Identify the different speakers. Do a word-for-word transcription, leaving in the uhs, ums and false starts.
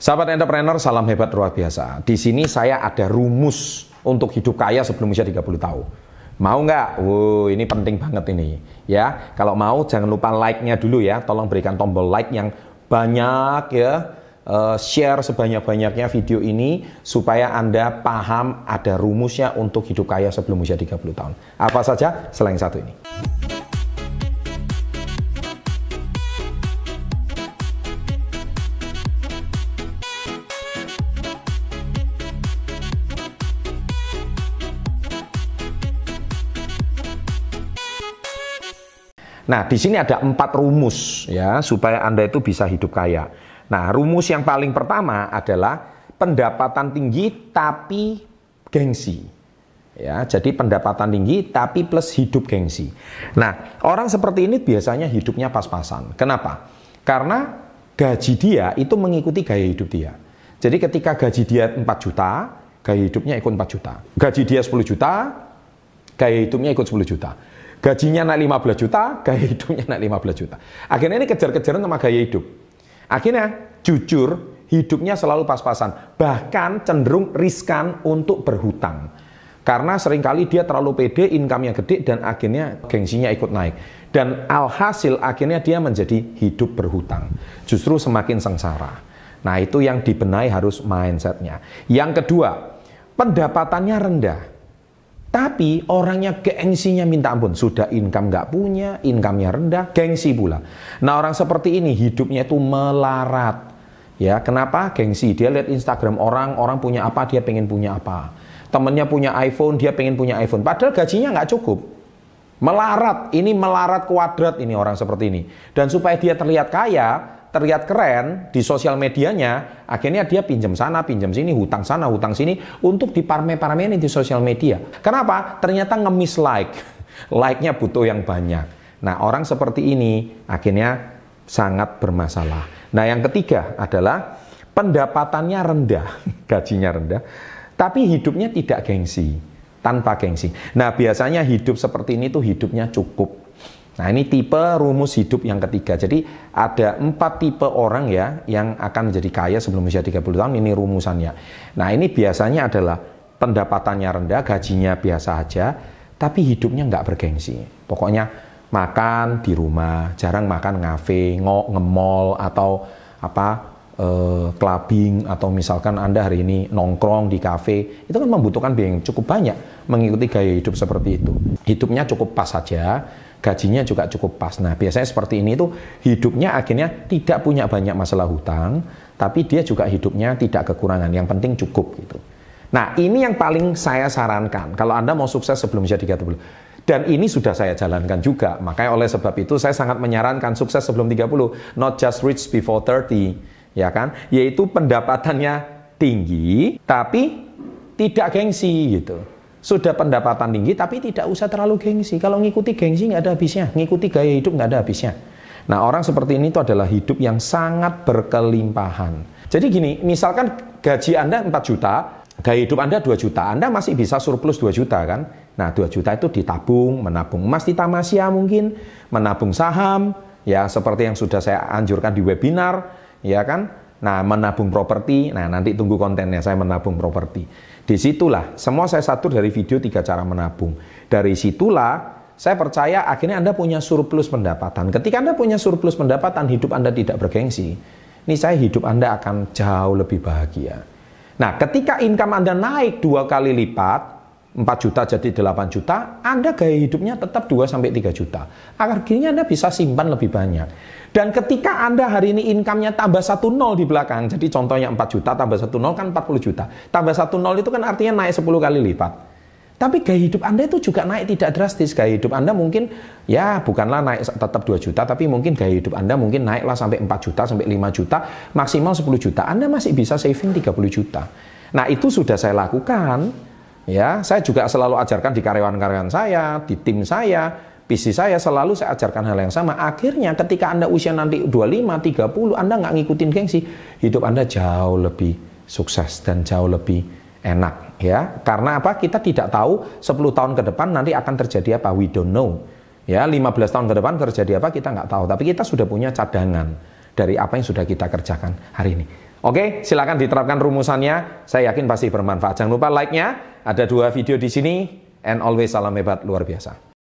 Speaker 1: Sahabat entrepreneur, salam hebat luar biasa. Di sini saya ada rumus untuk hidup kaya sebelum usia tiga puluh tahun. Mau nggak? Wow, ini penting banget ini. Ya, kalau mau jangan lupa like-nya dulu ya. Tolong berikan tombol like yang banyak ya. Uh, share sebanyak-banyaknya video ini supaya Anda paham ada rumusnya untuk hidup kaya sebelum usia tiga puluh tahun. Apa saja selain satu ini. Nah, di sini ada empat rumus ya supaya Anda itu bisa hidup kaya. Nah, rumus yang paling pertama adalah pendapatan tinggi tapi gengsi. Ya, jadi pendapatan tinggi tapi plus hidup gengsi. Nah, orang seperti ini biasanya hidupnya pas-pasan. Kenapa? Karena gaji dia itu mengikuti gaya hidup dia. Jadi ketika gaji dia empat juta, gaya hidupnya ikut empat juta. Gaji dia sepuluh juta, gaya hidupnya ikut sepuluh juta. Gajinya naik lima belas juta, gaya hidupnya naik lima belas juta. Akhirnya ini kejar-kejaran sama gaya hidup. Akhirnya jujur hidupnya selalu pas-pasan. Bahkan cenderung riskan untuk berhutang. Karena seringkali dia terlalu pede, income-nya gede dan akhirnya gengsinya ikut naik. Dan alhasil akhirnya dia menjadi hidup berhutang. Justru semakin sengsara. Nah, itu yang dibenahi harus mindset-nya. Yang kedua, pendapatannya rendah. Tapi orangnya gengsinya minta ampun. Sudah income nggak punya, income-nya rendah, gengsi pula. Nah, orang seperti ini hidupnya itu melarat. Ya, kenapa? Gengsi. Dia lihat Instagram orang, orang punya apa, dia pengen punya apa. Temennya punya iPhone, dia pengen punya iPhone. Padahal gajinya nggak cukup. Melarat. Ini melarat kuadrat ini orang seperti ini. Dan supaya dia terlihat kaya, terlihat keren di sosial medianya, akhirnya dia pinjam sana, pinjam sini, hutang sana, hutang sini untuk diparme-parmein di sosial media. Kenapa? Ternyata ngemis like. Like-nya butuh yang banyak. Nah, orang seperti ini akhirnya sangat bermasalah. Nah, yang ketiga adalah pendapatannya rendah, gajinya rendah, tapi hidupnya tidak gengsi, tanpa gengsi. Nah, biasanya hidup seperti ini tuh hidupnya cukup. Nah, ini tipe rumus hidup yang ketiga. Jadi ada empat tipe orang ya yang akan menjadi kaya sebelum usia tiga puluh tahun. Ini rumusannya. Nah, ini biasanya adalah pendapatannya rendah, gajinya biasa aja, tapi hidupnya nggak bergengsi. Pokoknya makan di rumah, jarang makan ngafe, nge-mall atau apa eh, clubbing, atau misalkan Anda hari ini nongkrong di kafe. Itu kan membutuhkan biaya yang cukup banyak mengikuti gaya hidup seperti itu. Hidupnya cukup pas saja. Gajinya juga cukup pas. Nah, biasanya seperti ini tuh hidupnya akhirnya tidak punya banyak masalah hutang, tapi dia juga hidupnya tidak kekurangan. Yang penting cukup gitu. Nah, ini yang paling saya sarankan kalau Anda mau sukses sebelum usia tiga puluh. Dan ini sudah saya jalankan juga. Makanya oleh sebab itu saya sangat menyarankan sukses sebelum tiga puluh, not just rich before thirty, ya kan? Yaitu pendapatannya tinggi tapi tidak gengsi gitu. Sudah pendapatan tinggi tapi tidak usah terlalu gengsi. Kalau ngikuti gengsi nggak ada habisnya, ngikuti gaya hidup nggak ada habisnya. Nah, orang seperti ini itu adalah hidup yang sangat berkelimpahan. Jadi gini, misalkan gaji Anda empat juta, gaya hidup Anda dua juta, Anda masih bisa surplus dua juta kan? Nah, dua juta itu ditabung, menabung emas di Tamasya mungkin, menabung saham, ya seperti yang sudah saya anjurkan di webinar, ya kan? Nah, menabung properti, nah nanti tunggu kontennya saya menabung properti. Disitulah, semua saya satur dari video tiga cara menabung. Dari situlah, saya percaya akhirnya Anda punya surplus pendapatan. Ketika Anda punya surplus pendapatan, hidup Anda tidak bergengsi. Ini saya hidup Anda akan jauh lebih bahagia. Nah, ketika income Anda naik dua kali lipat, empat juta jadi delapan juta, Anda gaya hidupnya tetap dua sampai tiga juta. Akhirnya Anda bisa simpan lebih banyak. Dan ketika Anda hari ini income-nya tambah satu nol di belakang, jadi contohnya empat juta tambah satu nol kan empat puluh juta. Tambah satu nol itu kan artinya naik sepuluh kali lipat. Tapi gaya hidup Anda itu juga naik tidak drastis. Gaya hidup Anda mungkin ya bukanlah naik tetap dua juta, tapi mungkin gaya hidup Anda mungkin naiklah sampai empat juta, sampai lima juta, maksimal sepuluh juta. Anda masih bisa saving tiga puluh juta. Nah, itu sudah saya lakukan. Ya, saya juga selalu ajarkan di karyawan-karyawan saya, di tim saya, visi saya selalu saya ajarkan hal yang sama. Akhirnya ketika Anda usia nanti dua puluh lima, tiga puluh, Anda nggak ngikutin gengsi, hidup Anda jauh lebih sukses dan jauh lebih enak. Ya, karena apa? Kita tidak tahu sepuluh tahun ke depan nanti akan terjadi apa. We don't know. Ya, lima belas tahun ke depan terjadi apa kita nggak tahu. Tapi kita sudah punya cadangan dari apa yang sudah kita kerjakan hari ini. Oke, silakan diterapkan rumusannya. Saya yakin pasti bermanfaat. Jangan lupa like-nya. Ada dua video di sini. And always salam hebat luar biasa.